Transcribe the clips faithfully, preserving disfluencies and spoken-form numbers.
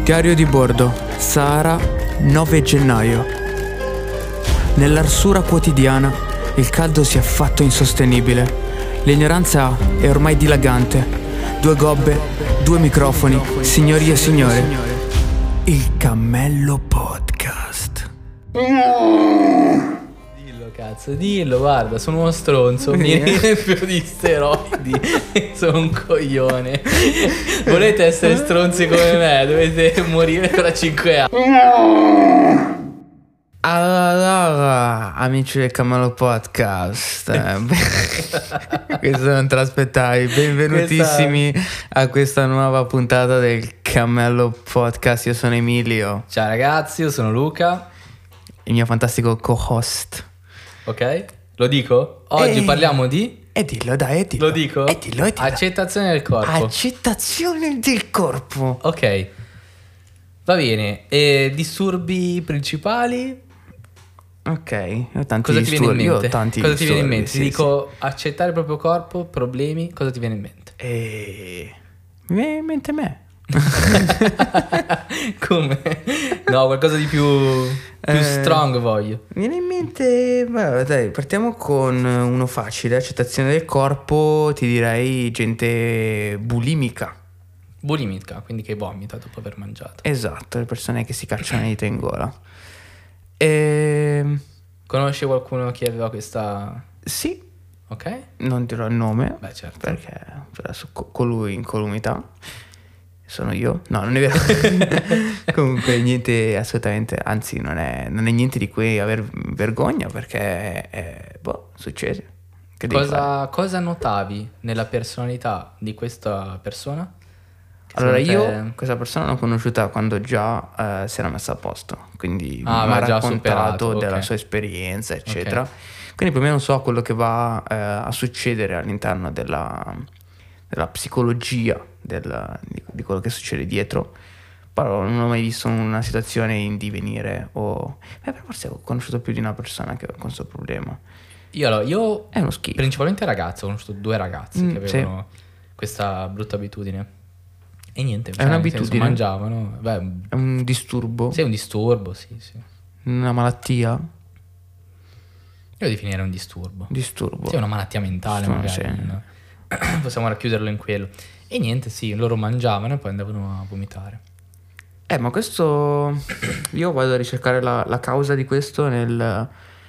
Diario di bordo, Sahara, nove gennaio. Nell'arsura quotidiana il caldo si è fatto insostenibile. L'ignoranza è ormai dilagante. Due gobbe, due microfoni, signori e signore. Il Cammello Podcast. Dillo cazzo, dillo, guarda, sono uno stronzo, mi riempio di steroidi, sono un coglione. Volete essere stronzi come me, dovete morire fra cinque anni. Allora, amici del Cammello Podcast, questo non te l'aspettavi. Benvenutissimi questa... a questa nuova puntata del Cammello Podcast. Io sono Emilio. Ciao ragazzi, io sono Luca, il mio fantastico co-host. Ok, lo dico? Oggi e... parliamo di... E dillo, dai, e dillo. Lo dico? E dillo, e dillo. Accettazione del corpo. Accettazione del corpo. Ok, va bene. E disturbi principali? Ok, io ho tanti cosa ti viene in disturbi. mente? Io ho tanti cosa ti viene in disturbi, mente? sì, Ti dico sì. accettare il proprio corpo, problemi, cosa ti viene in mente? E... mi viene in mente me. Come? No, qualcosa di più, più Eh, strong voglio. Mi viene in mente, beh, dai, partiamo con uno facile, accettazione del corpo, ti direi gente bulimica. Bulimica, quindi che vomita dopo aver mangiato. Esatto, le persone che si cacciano le dita in gola. E... Conosci qualcuno che aveva questa... sì, Ok? non dirò il nome, Beh, certo. perché adesso co- colui in columità sono io. No, non è vero. Comunque niente, assolutamente, anzi non è, non è niente di cui aver vergogna, perché è, boh, succede. Che devi fare? Cosa, cosa notavi nella personalità di questa persona? Che Allora secondo io te- questa persona l'ho conosciuta quando già eh, si era messa a posto, quindi Ah, mi ha aveva già raccontato superato, della ok. sua esperienza, eccetera. Quindi più o meno so quello che va eh, a succedere all'interno della, della psicologia del- di, di quello che succede dietro. Però non ho mai visto una situazione in divenire o... Beh, però forse ho conosciuto più di una persona che aveva questo problema. Io, allora, io È uno schifo. principalmente ragazzo, ho conosciuto due ragazzi Mm, che avevano questa brutta abitudine. E niente, cioè, nel senso, un'abitudine? mangiavano. Beh, È un disturbo? sì, è un disturbo, sì, sì. Una malattia? Io lo definirei un disturbo. Disturbo. Sì, è una malattia mentale, Sì, magari. sì. no? Possiamo racchiuderlo in quello. E niente, sì, loro mangiavano e poi andavano a vomitare. Eh, ma questo... Io vado a ricercare la, la causa di questo nel...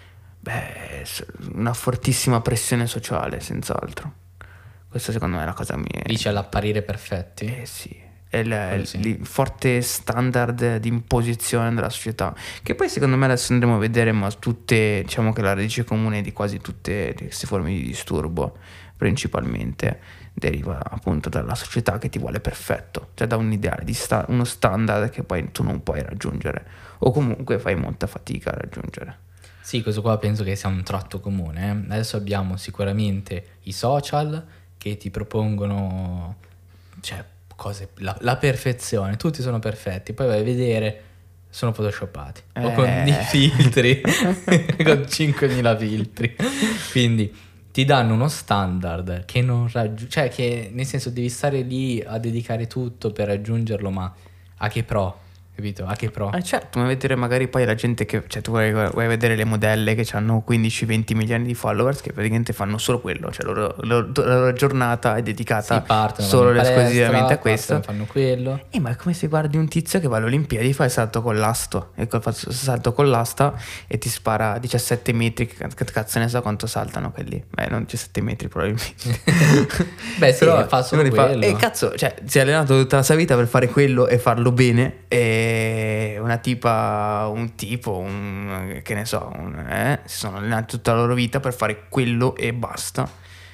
Beh, s- una fortissima pressione sociale, senz'altro. Questa secondo me è la cosa mia. Dice all'apparire perfetti. Eh sì, è il, Quello il- sì. il forte standard di imposizione della società. Che poi secondo me adesso andremo a vedere, ma tutte, diciamo che la radice comune di quasi tutte queste forme di disturbo, principalmente, deriva appunto dalla società che ti vuole perfetto, cioè da un ideale, di sta- uno standard che poi tu non puoi raggiungere, o comunque fai molta fatica a raggiungere. Sì, questo qua penso che sia un tratto comune. eh. Adesso abbiamo sicuramente i social che ti propongono, cioè, cose, la, la perfezione, tutti sono perfetti, poi vai a vedere, sono photoshoppati, o con Eh. i filtri, con cinquemila filtri. Quindi ti danno uno standard che non raggiungi, cioè che nel senso devi stare lì a dedicare tutto per raggiungerlo, ma a che pro? Capito? A che pro? Eh certo, ma vedere magari poi la gente che, cioè tu vuoi, vuoi vedere le modelle che hanno quindici venti milioni di followers che praticamente fanno solo quello, cioè loro, loro- la loro giornata è dedicata Si partono, solo vanno ed in palestra, esclusivamente a questo. partono, fanno quello. E ma è come se guardi un tizio che va alle Olimpiadi, fa il salto con l'asto, e col fa- salto con l'asta e ti spara diciassette metri, che che cazzo ne so quanto saltano quelli, beh non diciassette metri probabilmente. Beh sì, Però fa solo uno ti fa, quello. e cazzo, cioè si è allenato tutta la sua vita per fare quello e farlo bene, e una tipa, un tipo, un, che ne so, un, eh, si sono allenati tutta la loro vita per fare quello e basta.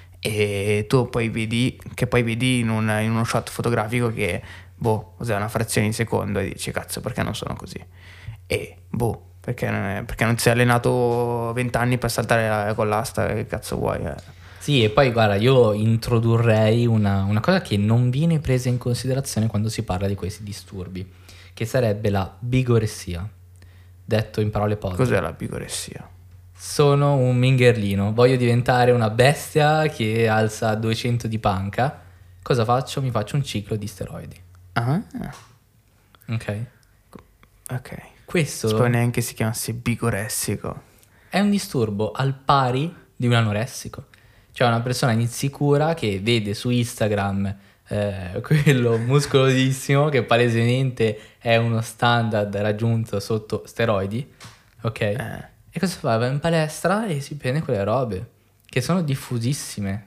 E tu poi vedi, che poi vedi in, un- in uno shot fotografico che, boh, cos'è, una frazione di secondo, e dici, cazzo, perché non sono così? E, boh, perché non, è- perché non ti sei allenato vent'anni per saltare la- con l'asta, che cazzo vuoi? eh? Sì, e poi guarda, io introdurrei una, una cosa che non viene presa in considerazione quando si parla di questi disturbi, che sarebbe la bigoressia, detto in parole povere. Cos'è la bigoressia? Sono un mingherlino, voglio diventare una bestia che alza duecento di panca. Cosa faccio? Mi faccio un ciclo di steroidi. Ah, Ok. Ok. Questo Spero neanche si chiamasse bigoressico. è un disturbo al pari di un anoressico. Cioè una persona insicura che vede su Instagram eh, quello muscolosissimo che palesemente è uno standard raggiunto sotto steroidi, ok? Eh. E cosa fa? Va in palestra e si prende quelle robe che sono diffusissime.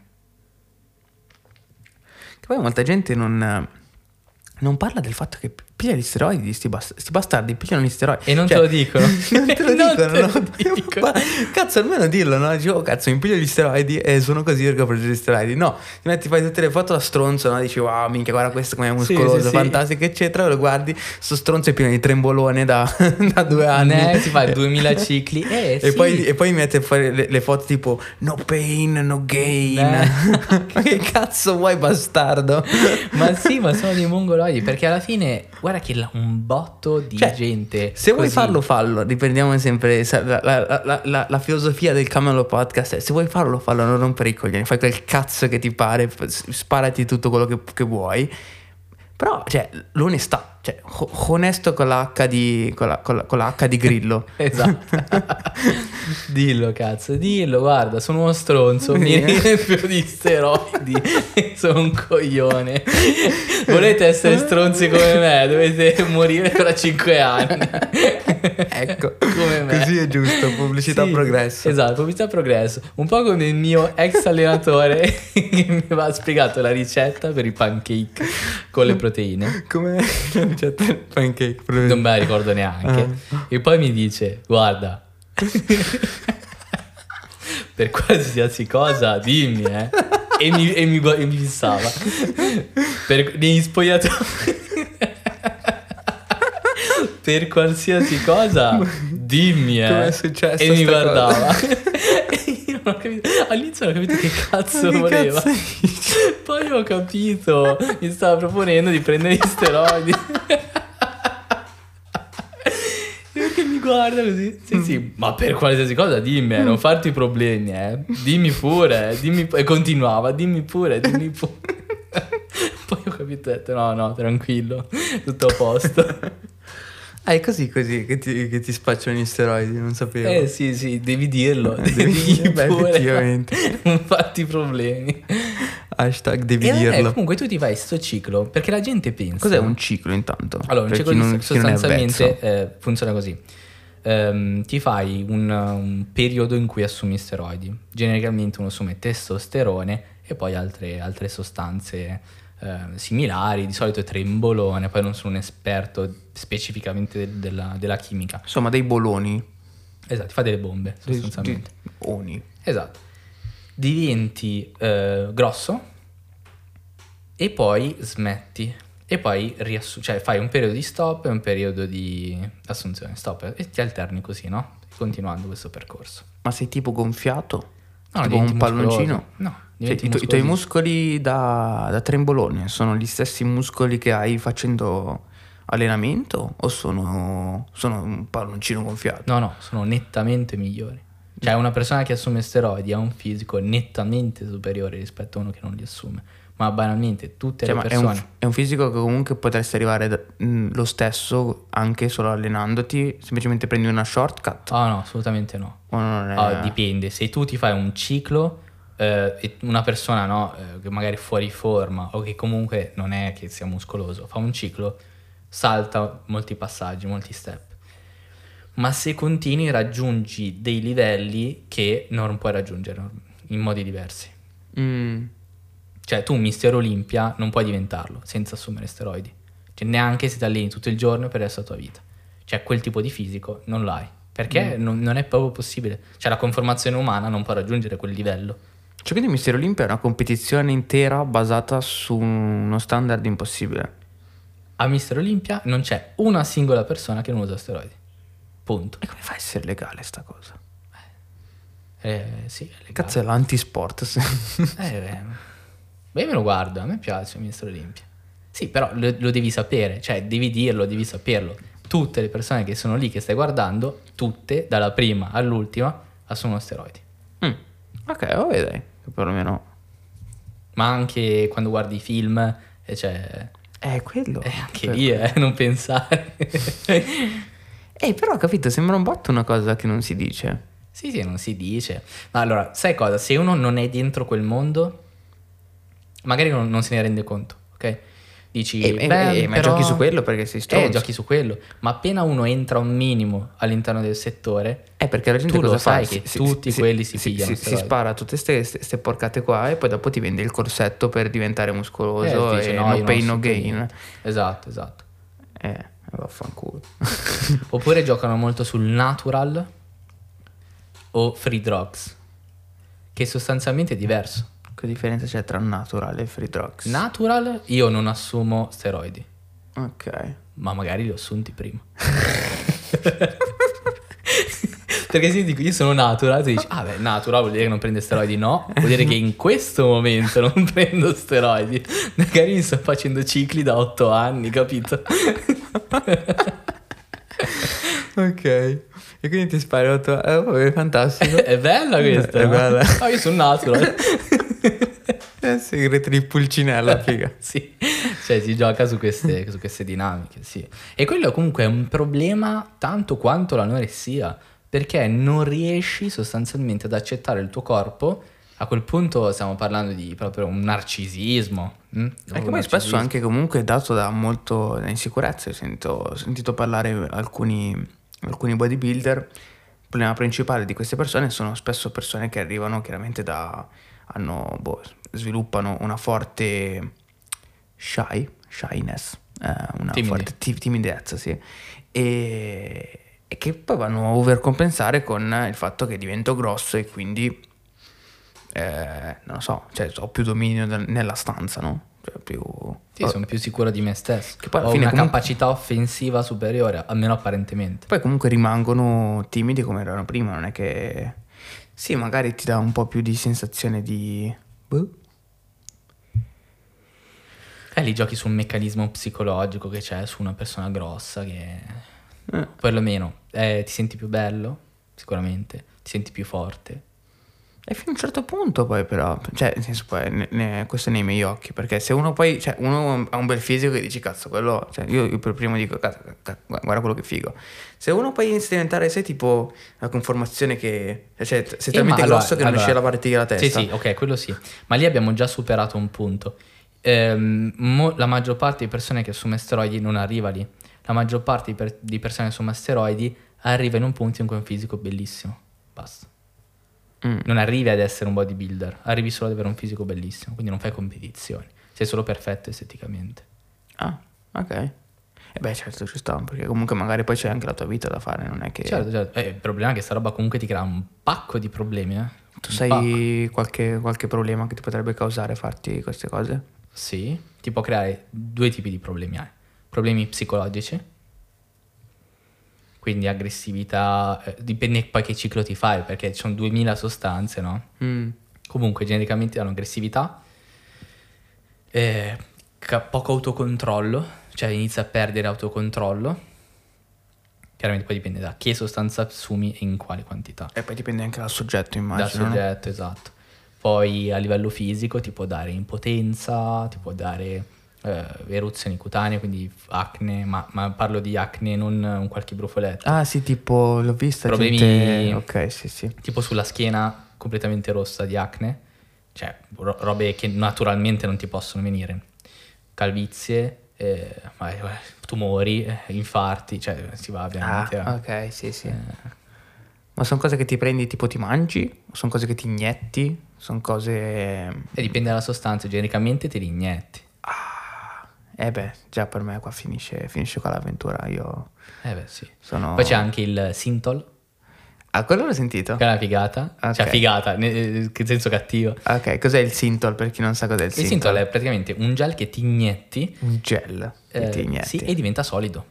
Che poi molta gente non, non parla del fatto che piglia gli steroidi, sti, bast- sti bastardi pigliano gli steroidi. E non Cioè, te lo dicono. Non te lo Non dicono, te no? lo dicono. Ma cazzo, almeno dirlo, no? Dici, oh cazzo, mi piglio gli steroidi e sono così perché ho preso gli steroidi. No, ti metti, fai tutte le foto da stronzo, no? Dici, wow, minchia, guarda questo come è muscoloso, Sì, sì, sì. fantastico, eccetera. Lo guardi, sto stronzo è pieno di trembolone da, da due anni. Ne, si fa duemila cicli. Eh, E, sì. poi, e poi mi mette a fare le, le foto tipo no pain, no gain. Eh. Ma che cazzo vuoi, bastardo? Ma sì, ma sono dei mongoloidi, perché alla fine guarda che la- un botto di Cioè, gente se vuoi così- farlo, fallo. Riprendiamo sempre sa- la, la- la- la- la filosofia del Camelo Podcast. È, se vuoi farlo, fallo, non rompere i coglioni. Fai quel cazzo che ti pare, f- sparati tutto quello che, che vuoi. Però, cioè, l'onestà, cioè, ho- onesto con la H di, con la, con la- con la H di Grillo. Esatto. Dillo cazzo, dillo, guarda, sono uno stronzo, mi riempio di steroidi, sono un coglione. Volete essere stronzi come me, dovete morire tra cinque anni. Ecco, Come me. così è giusto, pubblicità Sì, progresso. Esatto, pubblicità progresso. Un po' come il mio ex allenatore che mi aveva spiegato la ricetta per i pancake con le proteine. Come la ricetta del pancake. Non me la ricordo neanche. Ah. E poi mi dice, guarda, per qualsiasi cosa dimmi, eh. E mi, e mi, gu- e mi fissava. Per, negli spogliatoi. Per qualsiasi cosa dimmi, eh. Com'è successo E mi sta guardava. E io non ho capito. All'inizio non ho capito che cazzo Che voleva. cazzo dici? Poi ho capito. Mi stava proponendo di prendere gli steroidi. Perché mi guarda così? Sì, sì, ma per qualsiasi cosa dimmi, eh, non farti problemi, eh. Dimmi pure, eh, dimmi pu- e continuava, dimmi pure, dimmi pure. Poi ho capito, ho detto, no, no, tranquillo, tutto a posto. Ah, è così così che ti, che ti spacciano gli steroidi, non sapevo. Eh sì, sì, devi dirlo, Eh, devi devi- dirgli beh, pure, effettivamente. non farti problemi. Hashtag devi E vabbè, dirlo. comunque tu ti fai sto ciclo, perché la gente pensa... Cos'è un ciclo intanto? Allora, un Per ciclo chi di- non- chi non è sostanzialmente avvezzo. eh, funziona così. Ehm, ti fai un, un periodo in cui assumi steroidi. Generalmente uno assume testosterone e poi altre, altre sostanze eh, similari, di solito è trembolone, poi non sono un esperto specificamente de- della, della chimica. Insomma, dei boloni. Esatto, ti fa delle bombe Dei- sostanzialmente. dei- Oni. Esatto. Diventi eh, grosso e poi smetti. E poi riassu- cioè fai un periodo di stop e un periodo di assunzione. Stop e ti alterni così, no? Continuando questo percorso. Ma sei tipo gonfiato? No, tipo diventi un palloncino? muscoloso. No, Cioè, diventi i, tu- i tuoi muscoloso. muscoli da, da trembolone sono gli stessi muscoli che hai facendo allenamento? O sono, sono un palloncino gonfiato? No, no, sono nettamente migliori. Cioè una persona che assume steroidi ha un fisico nettamente superiore rispetto a uno che non li assume. Ma banalmente tutte Cioè, le ma è persone... un, è un fisico che comunque potresti arrivare da- mh, lo stesso anche solo allenandoti, semplicemente prendi una shortcut. Ah no, assolutamente no. O non è... Ah, dipende, se tu ti fai un ciclo eh, e una persona no, eh, che magari è fuori forma o che comunque non è che sia muscoloso, fa un ciclo, salta molti passaggi, molti step. Ma se continui raggiungi dei livelli che non puoi raggiungere in modi diversi. Mm. Cioè tu mister Olimpia non puoi diventarlo senza assumere steroidi. Cioè neanche se ti alleni tutto il giorno per il resto della tua vita. Cioè quel tipo di fisico non l'hai. Perché Mm. non, non è proprio possibile. Cioè la conformazione umana non può raggiungere quel livello. Cioè, quindi Mister Olimpia è una competizione intera basata su uno standard impossibile. A mister Olimpia non c'è una singola persona che non usa steroidi. Punto. E come fa a essere legale sta cosa? Eh, sì, è legale. Cazzo è l'antisport. Eh, beh. Beh, io me lo guardo, a me piace mister Olimpia. Sì, però lo, lo devi sapere, cioè devi dirlo, devi saperlo. Tutte le persone che sono lì che stai guardando, tutte, dalla prima all'ultima, assumono steroidi. Mm. Ok, vabbè dai, che perlomeno... Ma anche quando guardi i film, e c'è... È quello. Eh, anche Per- lì, eh, non pensare. Eh, però ho capito, sembra un botto una cosa che non si dice. Sì, sì, non si dice. Ma allora, sai cosa? Se uno non è dentro quel mondo, magari non, non se ne rende conto, ok? Dici, E, e- beh, e- ma però... giochi su quello perché sei Eh, stronzo. giochi su quello. Ma appena uno entra un minimo all'interno del settore, Eh, perché la gente tu cosa lo fa? sai Si- che si- tutti si- quelli si si, pigliano si, si steroidi. spara tutte queste porcate qua e poi dopo ti vende il corsetto per diventare muscoloso Eh, e dice, no, no io non pain ho no subito gain. niente. Esatto, esatto. Eh, vaffanculo. Oppure giocano molto sul natural o free drugs, che sostanzialmente è diverso. Che differenza c'è tra natural e free drugs? Natural, io non assumo steroidi, Ok. ma magari li ho assunti prima. Perché se io dico io sono natural, tu dici, ah beh, natural vuol dire che non prende steroidi. No, vuol dire che in questo momento non prendo steroidi. Magari mi sto facendo cicli da otto anni, capito? Ok. E quindi ti spari otto... Eh, vabbè, fantastico. È bella questa. È no? bella. Ah, io sono natural. Eh, segreto di Pulcinella, figa. Sì, cioè si gioca su queste, su queste dinamiche, sì. E quello comunque è un problema tanto quanto l'anoressia, perché non riesci sostanzialmente ad accettare il tuo corpo. A quel punto stiamo parlando di proprio un narcisismo. hm? Perché Un poi spesso narcisismo. anche comunque dato da molto da insicurezza. Io sento- ho sentito parlare alcuni, alcuni bodybuilder. Il problema principale di queste persone sono spesso persone che arrivano chiaramente da... hanno, boh, sviluppano una forte shy, shyness, eh, una Timidi. forte ti- timidezza, sì. E, e che poi vanno a overcompensare con il fatto che divento grosso e quindi... Eh, non lo so, cioè ho più dominio del- nella stanza, no? Cioè più... Sì, sono più sicuro di me stesso. Che poi alla Ho fine una comunque- capacità offensiva superiore, almeno apparentemente. Poi comunque rimangono timidi come erano prima, non è che... Sì, magari ti dà un po' più di sensazione di... boh. E lì giochi su un meccanismo psicologico che c'è su una persona grossa che... Eh. Perlomeno eh, ti senti più bello, sicuramente, ti senti più forte. E fino a un certo punto poi però, cioè nel senso poi, ne- ne- questo è nei miei occhi, perché se uno poi, cioè uno ha un bel fisico che dici cazzo, quello, cioè io, io per primo dico cazzo, cazzo, guarda quello che figo. Se uno poi inizia a diventare, sai, tipo la conformazione che, cioè sei Eh, talmente ma grosso allora- che non riesci a allora- lavarti la testa. Sì, sì, ok, quello sì. Ma lì abbiamo già superato un punto. Ehm, mo- la maggior parte di persone che assume steroidi non arriva lì. La maggior parte di, per- di persone che assume steroidi arriva in un punto in cui è un fisico bellissimo. Basta. Mm. Non arrivi ad essere un bodybuilder, arrivi solo ad avere un fisico bellissimo, quindi non fai competizioni. Sei solo perfetto esteticamente. Ah, ok. E beh certo ci sta, perché comunque magari poi c'è anche la tua vita da fare, non è che... Certo, certo. Eh, il problema è che sta roba comunque ti crea un pacco di problemi, eh. Tu Un sai qualche, qualche problema che ti potrebbe causare farti queste cose? Sì, ti può creare due tipi di problemi. Hai. Problemi psicologici, quindi aggressività, eh, dipende poi che ciclo ti fai, perché ci sono duemila sostanze, no? Mm. Comunque genericamente hanno aggressività, eh, ca- poco autocontrollo, cioè inizia a perdere autocontrollo. Chiaramente poi dipende da che sostanza assumi e in quali quantità. E poi dipende anche dal soggetto, Dal immagino. no? soggetto, esatto. Poi a livello fisico ti può dare impotenza, ti può dare eh, eruzioni cutanee, quindi acne, ma, ma parlo di acne, non un qualche brufoletto. Ah sì, tipo l'ho vista Problemi- gente... Ok, sì, sì. Tipo sulla schiena completamente rossa di acne, cioè ro- robe che naturalmente non ti possono venire. Calvizie, eh, vai, vai, tumori, eh, infarti, cioè si va Ah, ovviamente a... ok, sì, sì. eh, Ma sono cose che ti prendi, tipo ti mangi? Sono cose che ti inietti? Sono cose... E dipende dalla sostanza, genericamente te li inietti. Eh beh, già per me qua finisce, finisce qua l'avventura. Io Eh beh sì. sono... Poi c'è anche il Synthol, Ah, quello l'ho sentito? che è una figata, Ok. cioè figata, ne- che senso cattivo. Ok, cos'è il Synthol per chi non sa cos'è il Il Synthol? Synthol è praticamente un gel che ti inietti, Un gel che eh, ti inietti. sì, e diventa solido.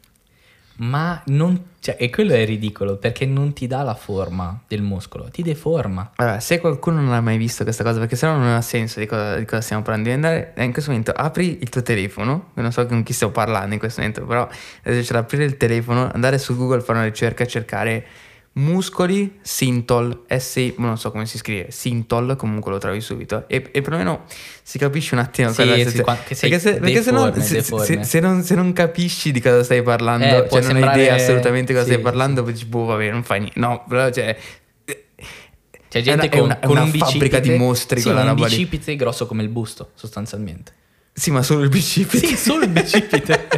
Ma non, cioè, e quello è ridicolo perché non ti dà la forma del muscolo, ti deforma. Allora, se qualcuno non ha mai visto questa cosa, perché sennò non ha senso di cosa, di cosa stiamo parlando, devi andare eh, in questo momento, apri il tuo telefono, io non so con chi sto parlando in questo momento, però adesso c'è da aprire il telefono, andare su Google, fare una ricerca e cercare muscoli, Synthol, S, non so come si scrive, Synthol, comunque lo trovi subito, e, e perlomeno si capisce un attimo Sì, quella sì, sensazione. qua- che sei perché, se, perché se, no, deforme, se, deforme. se- se non, se non capisci di cosa stai parlando, Eh, può cioè non hai sembrare- idea assolutamente cosa sì, stai parlando, poi dici, boh, vabbè, non fai niente. No, però cioè... C'è gente è una, con, è una, con è una un fabbrica bicipite, di mostri, sì, quella un roba lì. bicipite grosso come il busto, sostanzialmente. Sì, ma solo il bicipite. Sì, solo il bicipite.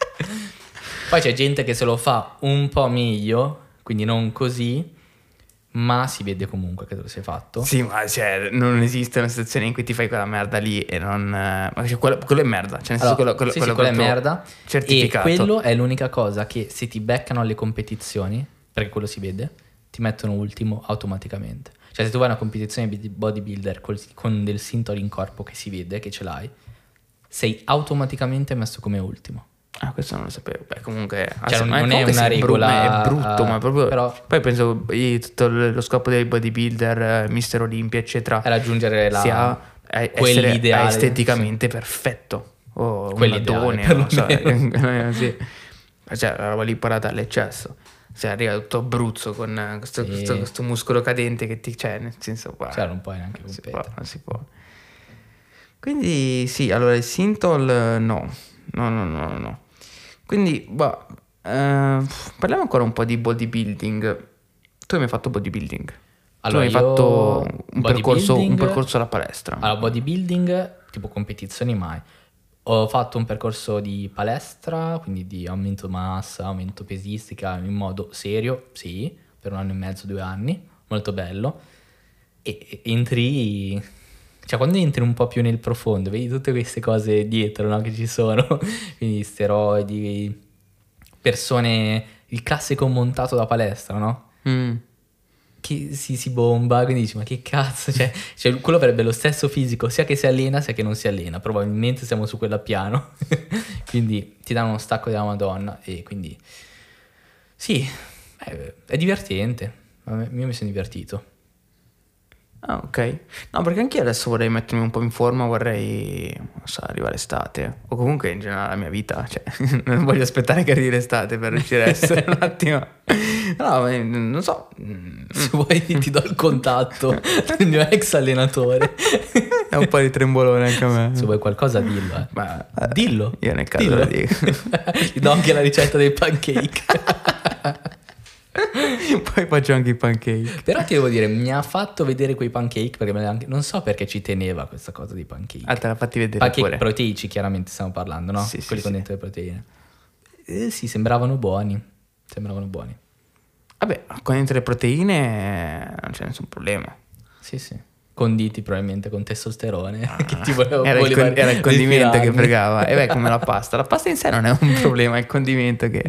Poi c'è gente che se lo fa un po' meglio, quindi non così, ma si vede comunque che te lo sei fatto. Sì, ma cioè, non esiste una situazione in cui ti fai quella merda lì e non... eh, Ma cioè, quello, quello è merda, cioè nel senso Allora, quello, quello, sì, quello sì, quella è proprio merda. certificato. E quello è l'unica cosa che se ti beccano alle competizioni, perché quello si vede, ti mettono ultimo automaticamente. Cioè se tu vai a una competizione di bodybuilder col- con del Synthol in corpo che si vede che ce l'hai, sei automaticamente messo come ultimo. Ah, questo non lo sapevo. Beh, comunque, Cioè, ah, non- ma non è comunque una sì, bru- regola, è brutto, eh, ma proprio. però- Poi penso io, tutto l- lo scopo dei bodybuilder, eh, mister Olympia, eccetera, È raggiungere la, sia eh, essere quell'ideale, esteticamente perfetto. O un Quell'ideale, addone, non so. perlomeno. Sì. Cioè, la roba lì parata all'eccesso. Se arriva tutto bruzzo con eh, questo, Sì. questo, questo muscolo cadente che ti c'è, nel senso qua. Cioè, non puoi neanche non si può, competere. non si può. Quindi sì, allora il Synthol eh, no, no, no, no, no, no. Quindi, bah, eh, parliamo ancora un po' di bodybuilding. Tu hai mai fatto bodybuilding? Allora, tu hai io fatto un percorso, un bodybuilding- percorso alla palestra. Allora, bodybuilding, tipo competizioni mai. Ho fatto un percorso di palestra, quindi di aumento massa, aumento pesistica in modo serio, sì, per un anno e mezzo, due anni, molto bello. E e entri, cioè quando entri un po' più nel profondo, vedi tutte queste cose dietro, no, che ci sono, quindi steroidi, persone, il classico montato da palestra, no? Mm. Che si, si bomba, quindi dici ma che cazzo, cioè, cioè quello avrebbe lo stesso fisico sia che si allena sia che non si allena, probabilmente siamo su quella piano. Quindi ti danno uno stacco della Madonna e quindi sì, è, è divertente. A me- Io mi sono divertito. Ah, ok. No, perché anche io adesso vorrei mettermi un po' in forma, vorrei, non so, arrivare l'estate. O comunque in generale la mia vita, cioè, non voglio aspettare che arrivi l'estate per riuscire a essere un attimo... No, ma, non so. Se vuoi ti do il contatto del mio ex allenatore. È un po' di trembolone anche a me. Se vuoi qualcosa dillo, eh. Ma eh, Dillo. Io nel caso Dillo. lo dico. Ti do anche la ricetta dei pancake. Poi faccio anche i pancake. Però ti devo dire, mi ha fatto vedere quei pancake perché me ne anche... non so perché ci teneva questa cosa dei pancake. Ah, te l'ha fatti vedere Pancake pure. proteici, chiaramente stiamo parlando, no? Sì, sì, Quelli con sì. dentro le proteine. Eh, sì, sembravano buoni. Sembravano buoni. Vabbè, con dentro le proteine eh, non c'è nessun problema. Sì, sì. Conditi probabilmente con testosterone. che ti volevo, Era il, voleva con- era il condimento che ritirarmi. fregava. E beh, come la pasta. La pasta in sé non è un problema, è il condimento che...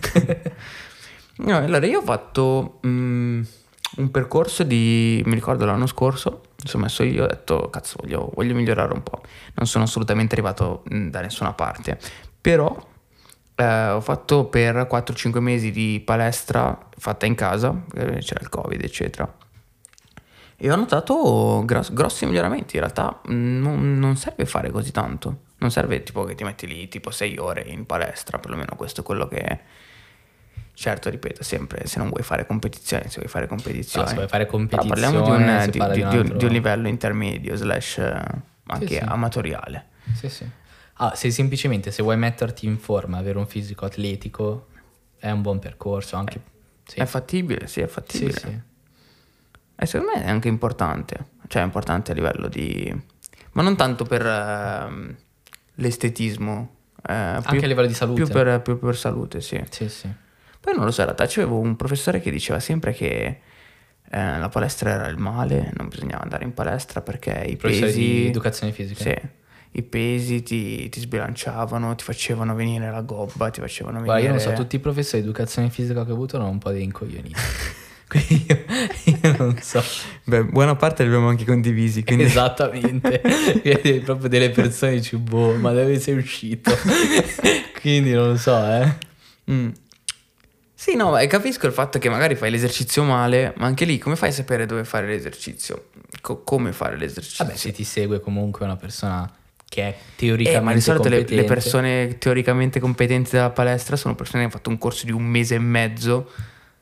No, allora io ho fatto mm, un percorso di... Mi ricordo l'anno scorso, mi sono messo io, ho detto, cazzo, voglio, voglio migliorare un po'. Non sono assolutamente arrivato mm, da nessuna parte. Però eh, ho fatto per quattro cinque mesi di palestra fatta in casa, perché c'era il Covid, eccetera. E ho notato gros- grossi miglioramenti. In realtà non, non serve fare così tanto. Non serve tipo che ti metti lì tipo sei ore in palestra, perlomeno questo è quello che... Certo, ripeto, sempre se non vuoi fare competizioni, se vuoi fare competizioni. No, se vuoi fare Però competizione, parliamo di un, si di, parla di- di un di un- altro- di un livello intermedio, slash eh, anche sì. amatoriale. Sì, sì. Ah, se semplicemente se vuoi metterti in forma, avere un fisico atletico, è un buon percorso. Anche... Sì. È fattibile, sì, è Sì, fattibile. sì. E secondo me è anche importante. Cioè è importante a livello di... Ma non tanto per ehm, l'estetismo. eh, Anche più- a livello di salute. Più per, più per salute, sì. Sì, sì. Poi non lo so, in realtà c'avevo un professore che diceva sempre che eh, la palestra era il male, non bisognava andare in palestra perché i Professore pesi... di educazione fisica. Sì, i pesi ti, ti sbilanciavano, ti facevano venire la gobba, ti facevano venire... Guarda, io non so, tutti i professori di educazione fisica che ho avuto erano un po' dei incoglioniti. Quindi io, io non so. Beh, buona parte li abbiamo anche condivisi, quindi... Esattamente. Vedi proprio delle persone dici, boh, ma dove sei uscito? Quindi non lo so, eh. Mm. Sì, no, e capisco il fatto che magari fai l'esercizio male, ma anche lì come fai a sapere dove fare l'esercizio? Co- come fare l'esercizio? Vabbè, se ti segue comunque una persona che è teoricamente Eh, ma di solito le, le competente. persone teoricamente competenti della palestra sono persone che hanno fatto un corso di un mese e mezzo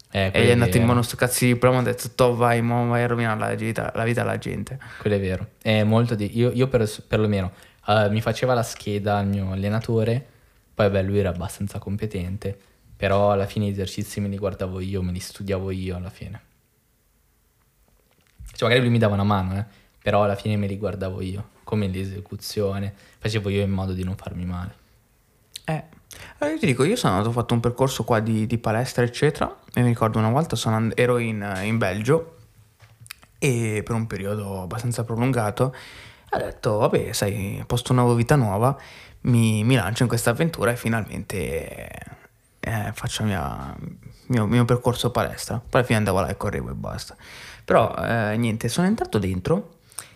Eh, E quello gli è è andato in vero. mano sto cazzo di diploma, ha detto to vai, mo vai a rovinare la vita, la vita alla gente. Quello è vero. È molto di... Io, io per, perlomeno eh, mi faceva la scheda il mio allenatore, poi beh, lui era abbastanza competente, però alla fine gli esercizi me li guardavo io, me li studiavo io alla fine. Cioè magari lui mi dava una mano, eh, però alla fine me li guardavo io, come l'esecuzione, facevo io in modo di non farmi male. Eh, allora io ti dico, io sono andato, ho fatto un percorso qua di, di palestra, eccetera, e mi ricordo una volta sono and- ero in, in Belgio e per un periodo abbastanza prolungato ho detto, vabbè, sai, posto nuovo, vita nuova, mi, mi lancio in questa avventura e finalmente eh, faccio il mia, mio, mio percorso palestra. Poi alla fine andavo là e correvo e basta. Però eh, niente, sono entrato dentro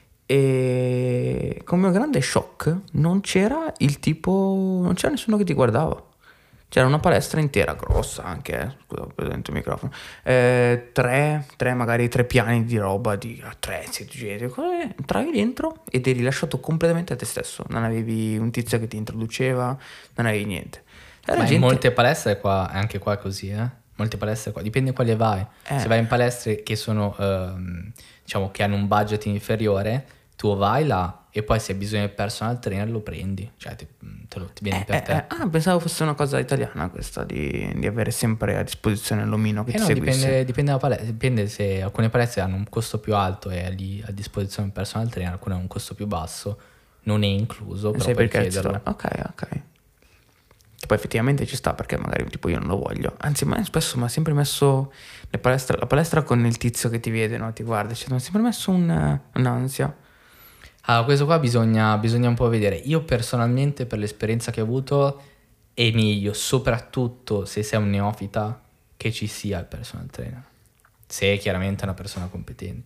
e con mio grande shock non c'era il tipo, non c'era nessuno che ti guardava. C'era una palestra intera, grossa anche, eh, scusa, ho preso dentro il microfono. Eh, tre, tre, magari tre piani di roba, di attrezzi, di gente. cose. Entravi dentro ed eri lasciato completamente a te stesso. Non avevi un tizio che ti introduceva, non avevi niente. Era Ma in gente... molte palestre qua, anche qua è così, eh? Molte palestre qua, dipende quale vai. Eh. Se vai in palestre che sono, ehm, diciamo, che hanno un budget inferiore, tu vai là e poi se hai bisogno del personal trainer lo prendi, cioè ti, te lo, ti viene Eh, per eh, te. eh, ah, pensavo fosse una cosa italiana questa, di, di avere sempre a disposizione l'omino che Eh ti no, seguisse. dipende, dipende dalla palestra, dipende se alcune palestre hanno un costo più alto e hai lì a disposizione il personal trainer, alcune hanno un costo più basso, non è incluso, però Sai puoi perché chiederlo. Ok, ok. Che poi effettivamente ci sta perché magari tipo io non lo voglio. Anzi, ma spesso mi ha sempre messo le palestre, la palestra con il tizio che ti vede, no? Ti guarda, cioè, mi ha sempre messo un, un'ansia. Ah, questo qua bisogna, bisogna un po' vedere. Io personalmente, per l'esperienza che ho avuto, è meglio, soprattutto se sei un neofita, che ci sia il personal trainer. Se è chiaramente una persona competente.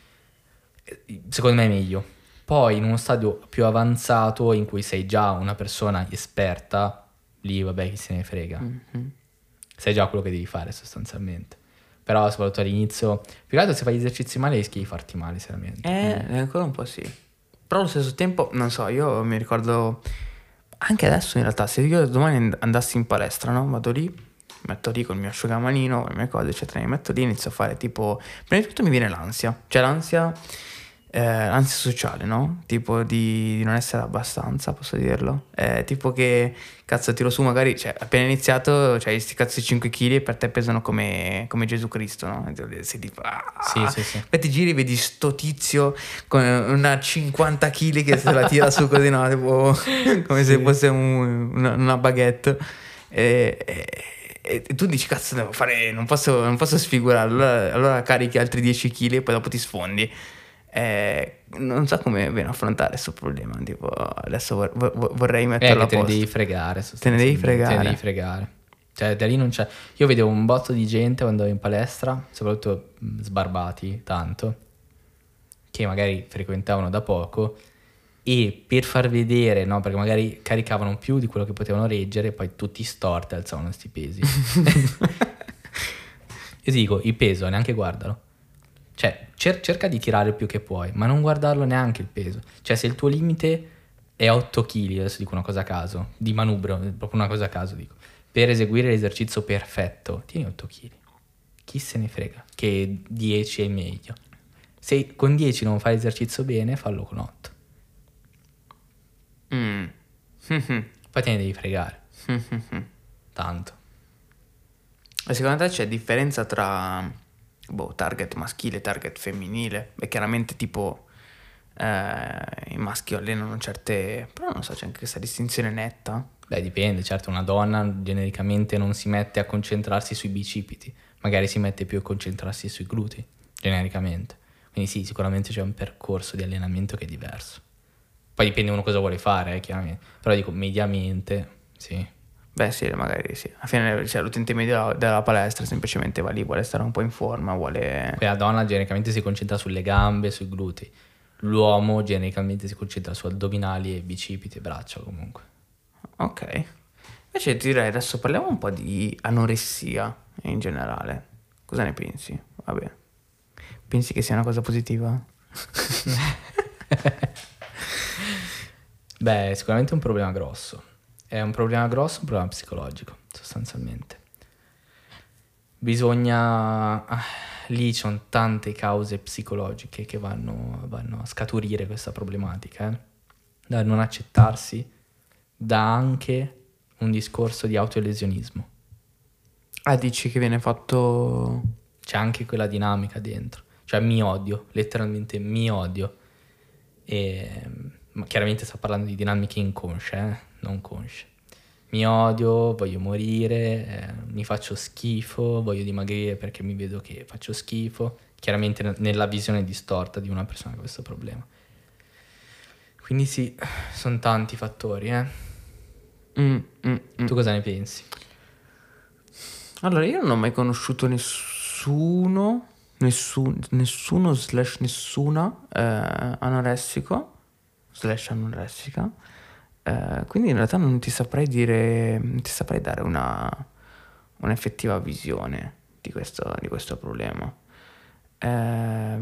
Eh, Secondo me è meglio. Poi in uno stadio più avanzato, in cui sei già una persona esperta, lì vabbè chi se ne frega. Mhm. Sai già quello che devi fare sostanzialmente. Però soprattutto all'inizio, più che altro se fai gli esercizi male rischi di farti male seriamente. Eh, ancora un po' sì. Però allo stesso tempo, non so, io mi ricordo anche adesso in realtà, se io domani and- andassi in palestra, no? Vado lì, mi metto lì con il mio asciugamanino, con le mie cose, eccetera, mi metto lì e inizio a fare tipo... Prima di tutto mi viene l'ansia, cioè l'ansia, eh, l'ansia sociale, no? Tipo di, di non essere abbastanza, posso dirlo. Eh, tipo che, cazzo, tiro su magari, cioè appena iniziato, cioè sti cazzo di cinque chili e per te pesano come, come Gesù Cristo, no? E sei tipo... ah. Sì, sì, sì. Poi ti giri e vedi sto tizio con una cinquanta chili che se la tira su così, no? Tipo, come se Sì. fosse un- una, una baguette. E, e- e tu dici, cazzo, devo fare, non posso, non posso sfigurarlo. Allora, allora carichi altri dieci chili e poi dopo ti sfondi. Eh, non so come bene affrontare questo problema. Tipo, adesso vor- vor- vorrei Eh, metterlo che a te ne posto. devi fregare. Te ne devi sostanzialmente, fregare. Te ne devi fregare. Cioè, da lì non c'è. Io vedevo un botto di gente quando ero in palestra, soprattutto mh, sbarbati tanto, che magari frequentavano da poco e per far vedere, no, perché magari caricavano più di quello che potevano reggere, poi tutti storti alzavano sti pesi. Io ti dico, il peso, neanche guardalo. Cioè, cer- cerca di tirare il più che puoi, ma non guardarlo neanche il peso. Cioè, se il tuo limite è otto chili, adesso dico una cosa a caso, di manubrio, proprio una cosa a caso dico, per eseguire l'esercizio perfetto, tieni otto chili. Chi se ne frega, che dieci è meglio. Se con dieci non fai l'esercizio bene, fallo con otto. Mm. Poi te ne devi fregare. Tanto. E secondo te c'è differenza tra boh, target maschile e target femminile? Beh, chiaramente tipo eh, i maschi allenano certe... Però non so, c'è anche questa distinzione netta. Beh, dipende, certo, una donna genericamente non si mette a concentrarsi sui bicipiti, magari si mette più a concentrarsi sui glutei, genericamente. Quindi sì, sicuramente c'è un percorso di allenamento che è diverso. Poi dipende uno cosa vuole fare, eh, chiaramente. Però dico, mediamente, sì. Beh sì, magari sì. Alla fine cioè, l'utente medio della, della palestra semplicemente va lì, vuole stare un po' in forma, vuole... Poi la donna genericamente si concentra sulle gambe, sui glutei. L'uomo genericamente si concentra su addominali e bicipiti e braccia comunque. Ok. Invece ti direi adesso parliamo un po' di anoressia in generale. Cosa ne pensi? Vabbè. Pensi che sia una cosa positiva? Beh, è sicuramente un problema grosso. È un problema grosso, un problema psicologico, sostanzialmente. bisogna... ah, lì ci sono tante cause psicologiche che vanno, vanno a scaturire questa problematica, eh. Da non accettarsi, da anche un discorso di autolesionismo. Ah, dici che viene fatto... C'è anche quella dinamica dentro. Cioè mi odio, letteralmente mi odio. E, ma chiaramente sto parlando di dinamiche inconsce, eh? Non consce. Mi odio, voglio morire, eh, mi faccio schifo, voglio dimagrire perché mi vedo che faccio schifo. Chiaramente n- nella visione distorta di una persona con questo problema. Quindi sì, sono tanti fattori, eh. Mm, mm, mm. Tu cosa ne pensi? Allora, io non ho mai conosciuto nessuno, nessun, nessuno slash nessuna eh, anoressico, slash anoressica, eh, quindi in realtà non ti saprei dire, non ti saprei dare una, un'effettiva visione di questo, di questo problema. Eh,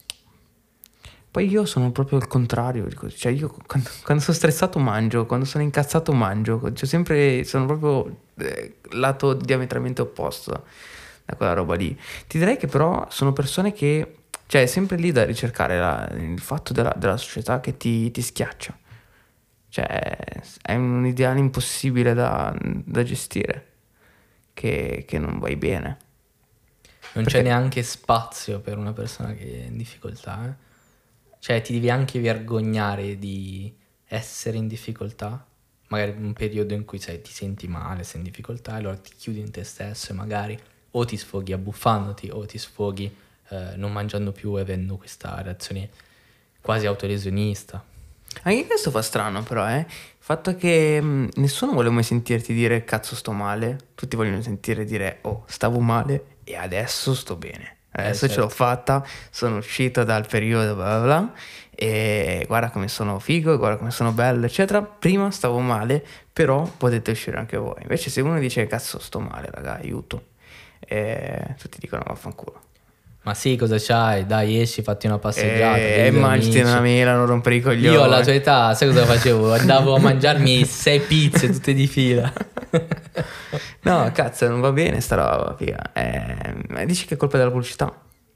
poi io sono proprio il contrario di così, cioè io quando, quando sono stressato mangio, quando sono incazzato mangio, cioè sempre sono proprio eh, lato diametralmente opposto da quella roba lì. Ti direi che però sono persone che, cioè è sempre lì da ricercare la- il fatto della, della società che ti, ti schiaccia, cioè è un ideale impossibile da, da gestire, che, che non vai bene. Non Perché- c'è neanche spazio per una persona che è in difficoltà, eh? Cioè ti devi anche vergognare di essere in difficoltà, magari in un periodo in cui sai, ti senti male, sei in difficoltà, e allora ti chiudi in te stesso e magari o ti sfoghi abbuffandoti o ti sfoghi eh, non mangiando più e avendo questa reazione quasi autolesionista. Anche questo fa strano però, eh. Il fatto che mh, nessuno vuole mai sentirti dire cazzo sto male, tutti vogliono sentire dire oh stavo male e adesso sto bene. Adesso Eh, ce l'ho certo. fatta, sono uscito dal periodo bla bla bla e guarda come sono figo, guarda come sono bello eccetera. Prima stavo male, però potete uscire anche voi. Invece se uno dice cazzo sto male raga, aiuto, e tutti dicono vaffanculo. Ma sì, cosa c'hai? Dai, esci, fatti una passeggiata, E, vedi e i tuoi mangiati amici. una mela, non rompere i coglioni. Io alla tua età, sai cosa facevo? Andavo a mangiarmi sei pizze tutte di fila. No, cazzo, non va bene sta roba, figa. Eh, dici che è colpa della pubblicità?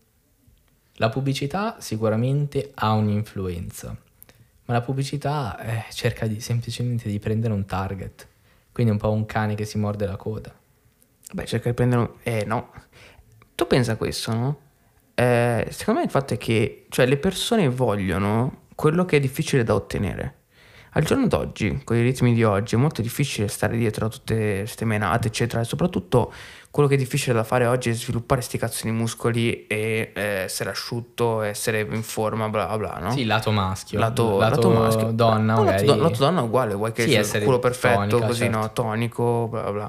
La pubblicità sicuramente ha un'influenza, ma la pubblicità eh, cerca di, semplicemente di prendere un target, quindi è un po' un cane che si morde la coda. Beh, cerca di prendere un... Eh, no. Tu pensa a questo, no? Eh, secondo me il fatto è che, cioè, le persone vogliono quello che è difficile da ottenere. Al giorno d'oggi, con i ritmi di oggi, è molto difficile stare dietro a tutte queste menate, eccetera. E soprattutto quello che è difficile da fare oggi è sviluppare sti cazzo di muscoli e eh, essere asciutto, essere in forma, bla bla, no? Sì, lato maschio, Lato, lato, lato maschio. donna No, lato, magari. do- lato donna è uguale, vuoi che Sì, sia il essere culo perfetto, tonica, così certo. no, tonico, bla bla.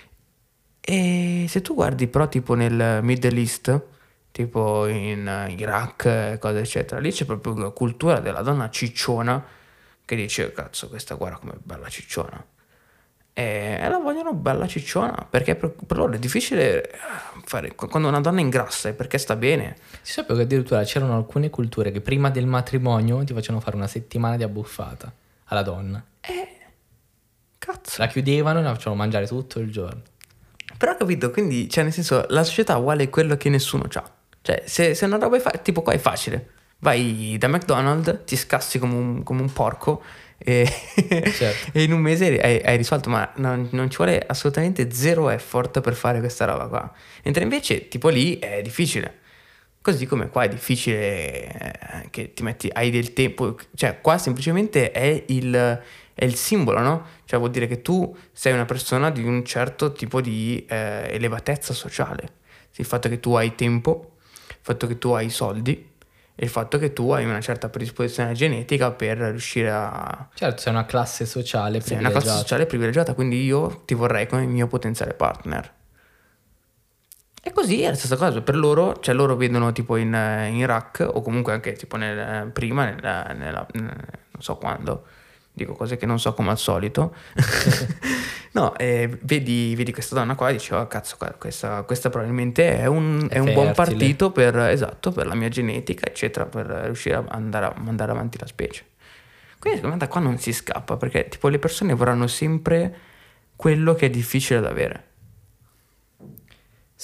E se tu guardi però tipo nel Middle East, tipo in eh, Iraq, eh, cose eccetera, lì c'è proprio la cultura della donna cicciona che dice cazzo questa guarda com'è bella cicciona. E la vogliono bella cicciona perché per, per loro è difficile eh, fare quando una donna ingrassa è perché sta bene. Si sapeva che addirittura c'erano alcune culture che prima del matrimonio ti facevano fare una settimana di abbuffata alla donna. E cazzo. La chiudevano e la facevano mangiare tutto il giorno. Però ho capito, quindi, cioè, nel senso, la società vuole quello che nessuno ha. Cioè, se, se una roba è fa- tipo qua è facile. Vai da McDonald's, ti scassi come un, come un porco e, Certo. e in un mese hai, hai risolto, ma non, non ci vuole assolutamente zero effort per fare questa roba qua. Mentre invece, tipo lì, è difficile. Così come qua è difficile eh, che ti metti, hai del tempo, cioè qua semplicemente è il, è il simbolo, no? Cioè vuol dire che tu sei una persona di un certo tipo di eh, elevatezza sociale. Il fatto che tu hai tempo, il fatto che tu hai soldi e il fatto che tu hai una certa predisposizione genetica per riuscire a... Certo, sei una classe sociale Sei una privilegiata. classe sociale privilegiata, quindi io ti vorrei come mio potenziale partner. E così è la stessa cosa per loro, cioè loro vedono tipo in, in Iraq o comunque anche tipo nel, prima, nella, nella- non so quando, dico cose che non so come al solito, no, eh, vedi, vedi questa donna qua e dici oh cazzo qua- questa, questa probabilmente è un, È è un buon fertile. partito per, esatto, per la mia genetica eccetera, per riuscire a andare, a mandare avanti la specie. Quindi secondo me da qua non si scappa perché tipo le persone vorranno sempre quello che è difficile da avere. Sì,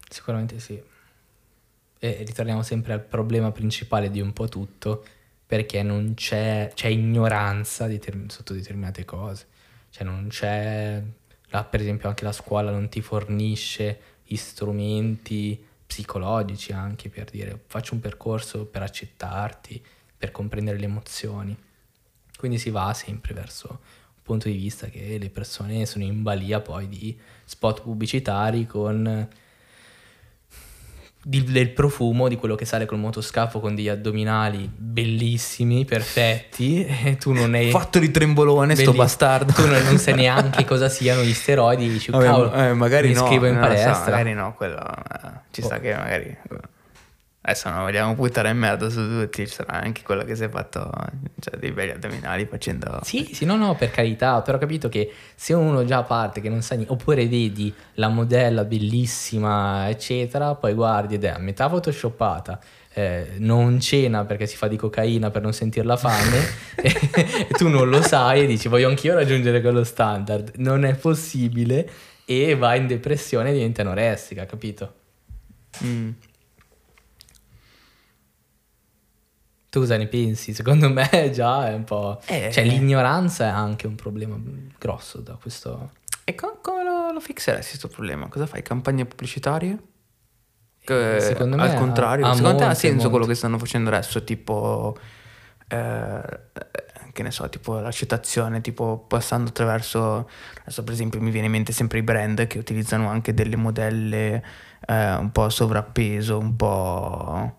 Sicuramente sì. E ritorniamo sempre al problema principale di un po' tutto, perché non c'è, c'è ignoranza determin- sotto determinate cose. Cioè non c'è, la- per esempio anche la scuola non ti fornisce gli strumenti psicologici anche per dire faccio un percorso per accettarti, per comprendere le emozioni. Quindi si va sempre verso un punto di vista che le persone sono in balia poi di spot pubblicitari con di- del profumo di quello che sale col motoscafo con degli addominali bellissimi, perfetti, e tu non hai... Fatto di trembolone, sto belli- bastardo. Tu non, non sai neanche cosa siano gli steroidi, dici, Vabbè, cavolo, eh, magari mi no, iscrivo in non lo so, palestra. magari no, quello eh, ci sta Oh. che magari adesso non vogliamo buttare in merda su tutti, ci sarà anche quello che si è fatto, cioè, dei belli addominali facendo... Sì, sì, no, no, per carità, però ho capito che se uno già parte che non sa niente, oppure vedi la modella bellissima, eccetera, poi guardi ed è a metà photoshoppata, eh, non cena perché si fa di cocaina per non sentire la fame, e, e tu non lo sai e dici voglio anch'io raggiungere quello standard, non è possibile e va in depressione e diventa anoressica, capito? Mm. Tu cosa ne pensi? Secondo me già è un po'... Eh. Cioè l'ignoranza è anche un problema grosso da questo... E co- come lo, lo fixeresti questo problema? Cosa fai? Campagne pubblicitarie? Che, Secondo me al ha- contrario, ha secondo te ha molte, senso molte. quello che stanno facendo adesso? Tipo, eh, che ne so, tipo l'accettazione, tipo passando attraverso, adesso per esempio mi viene in mente sempre i brand che utilizzano anche delle modelle eh, un po' sovrappeso, un po'...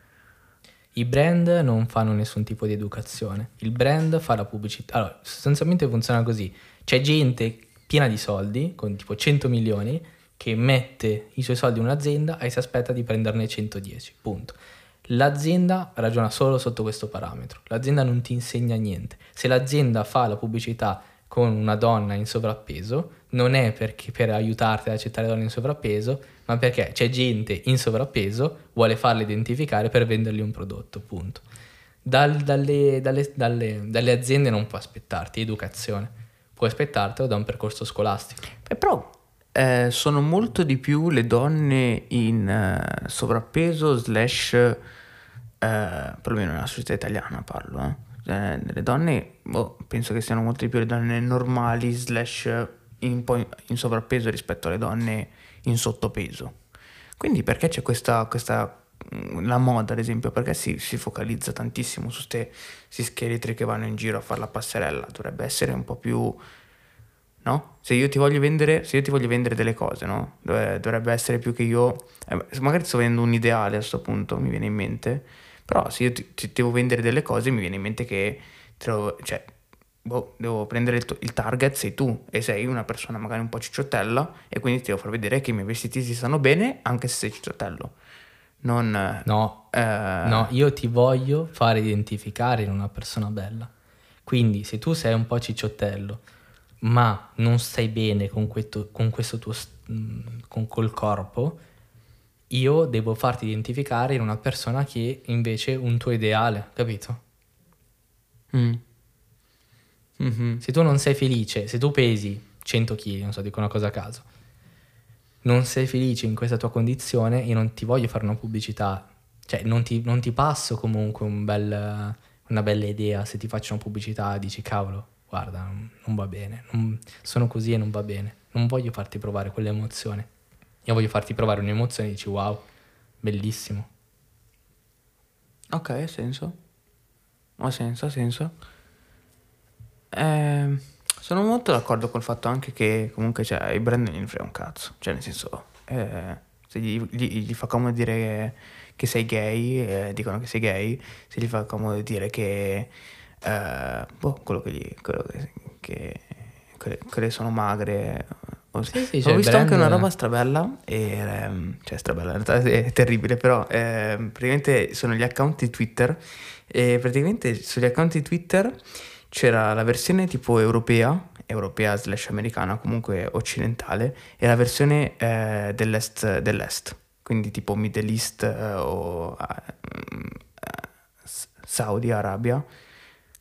I brand non fanno nessun tipo di educazione. Il brand fa la pubblicità. Allora, sostanzialmente funziona così. C'è gente piena di soldi, con tipo cento milioni, che mette i suoi soldi in un'azienda e si aspetta di prenderne centodieci. Punto. L'azienda ragiona solo sotto questo parametro. L'azienda non ti insegna niente. Se l'azienda fa la pubblicità con una donna in sovrappeso, non è perché per aiutarti ad accettare donne in sovrappeso, ma perché c'è gente in sovrappeso, vuole farle identificare per vendergli un prodotto, punto. Dal- dalle, dalle- dalle- dalle aziende non puoi aspettarti educazione, puoi aspettartelo da un percorso scolastico. Beh, però eh, sono molto di più le donne in eh, sovrappeso slash, eh, perlomeno nella società italiana parlo, eh. Eh, le donne, boh, penso che siano molto di più le donne normali slash in, poi in sovrappeso rispetto alle donne in sottopeso. Quindi perché c'è questa, questa mm, la moda ad esempio, perché si, si focalizza tantissimo su questi scheletri che vanno in giro a fare la passerella? Dovrebbe essere un po' più... No? Se io ti voglio vendere, se io ti voglio vendere delle cose, no? Dov- Dovrebbe essere più che io, eh, magari sto vendendo un ideale a questo punto, mi viene in mente, però se io ti, ti devo vendere delle cose, mi viene in mente che te lo- cioè, boh, devo prendere il, tu- il target, sei tu, e sei una persona magari un po' cicciottella, e quindi ti devo far vedere che i miei vestiti ti stanno bene anche se sei cicciottello. Non... eh, No, eh, no, io ti voglio fare identificare in una persona bella. Quindi se tu sei un po' cicciottello, ma non stai bene con questo, con questo tuo, s- mh, con col corpo, io devo farti identificare in una persona che invece è un tuo ideale, capito? mm. Mhm. Se tu non sei felice, se tu pesi cento chili, non so, dico una cosa a caso, non sei felice in questa tua condizione, io non ti voglio fare una pubblicità, cioè non ti, non ti passo comunque un bel, una bella idea se ti faccio una pubblicità e dici cavolo, guarda, non, non va bene, non- sono così e non va bene, non voglio farti provare quell'emozione, io voglio farti provare un'emozione e dici wow, bellissimo. Ok, ha senso. Ha senso, ha senso. Ehm, sono molto d'accordo col fatto anche che comunque cioè, i brand non gli frega un cazzo. Cioè, nel senso, eh, se gli, gli- gli fa comodo dire che, che sei gay, eh, dicono che sei gay. Se gli fa comodo dire che, eh, boh, quello che gli, quello che, che- quelle, quelle sono magre. o- Sì, sì, Ho cioè il visto anche una brand- roba strabella, e, ehm, cioè strabella, in realtà è terribile, però ehm, praticamente sono gli account di Twitter, e praticamente sugli account di Twitter c'era la versione tipo europea, europea slash americana, comunque occidentale, e la versione eh, dell'est, dell'est, quindi tipo Middle East eh, o eh, mm, eh, S- Saudi Arabia,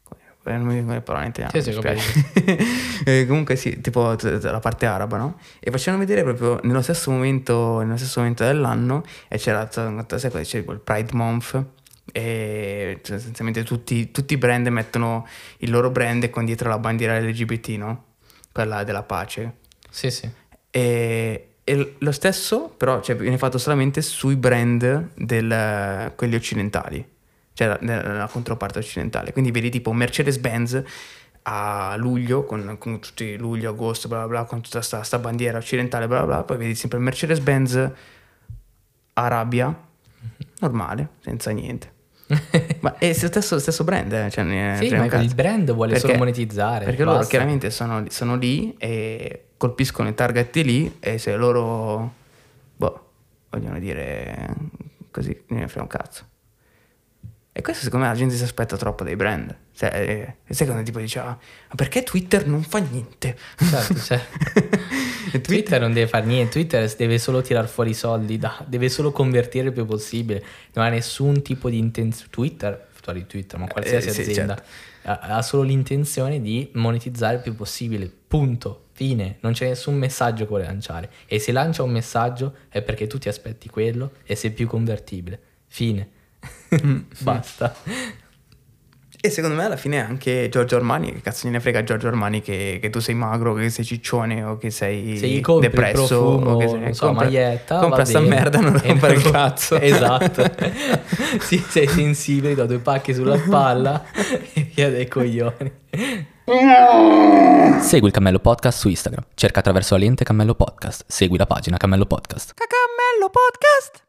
non mi vengono le parole in italiano. Sì, sì, mi spiace. eh, comunque sì, tipo t- t- la parte araba, no? E facevano vedere proprio nello stesso momento, nello stesso momento dell'anno, e c'era, sai cosa c'è il Pride Month, e cioè, essenzialmente tutti, tutti i brand mettono il loro brand con dietro la bandiera L G B T, no? Quella della pace. Sì, sì. E, e lo stesso però cioè, viene fatto solamente sui brand del, quelli occidentali, cioè la, la controparte occidentale. Quindi vedi tipo Mercedes-Benz a luglio con, con tutti luglio, agosto, bla bla bla, con tutta sta, sta bandiera occidentale, bla bla bla. Poi vedi sempre Mercedes-Benz Arabia normale, senza niente. Ma è lo stesso, stesso brand, eh? Cioè, ne Sì, frega ma un cazzo. il brand vuole Perché- solo monetizzare. Perché loro basta. chiaramente sono, sono lì e colpiscono i target lì, e se loro boh, vogliono dire così, non ne frega un cazzo. E questo secondo me la gente si aspetta troppo dai brand. Cioè, eh, sai quando tipo diceva, ma perché Twitter non fa niente? Certo, certo. E Twitter non deve fare niente, Twitter deve solo tirar fuori i soldi, da- deve solo convertire il più possibile, non ha nessun tipo di intenzione. Twitter, di Twitter, ma qualsiasi Eh, sì, azienda certo. ha, ha solo l'intenzione di monetizzare il più possibile, punto, fine, non c'è nessun messaggio che vuole lanciare, e se lancia un messaggio è perché tu ti aspetti quello e sei più convertibile, fine. Basta. E secondo me alla fine anche Giorgio Armani, che cazzo gliene frega Giorgio Armani che, che tu sei magro, che sei ciccione o che sei Se gli compri il depresso profumo, o che sei, non so, compra, maglietta, compra va sta bene. merda, non E rompere il non- cazzo. Esatto. Sì, sei sensibile, do due pacchi sulla spalla e via dai coglioni. Segui il Cammello Podcast su Instagram, cerca attraverso la lente Cammello Podcast, segui la pagina Cammello Podcast. Cammello Podcast.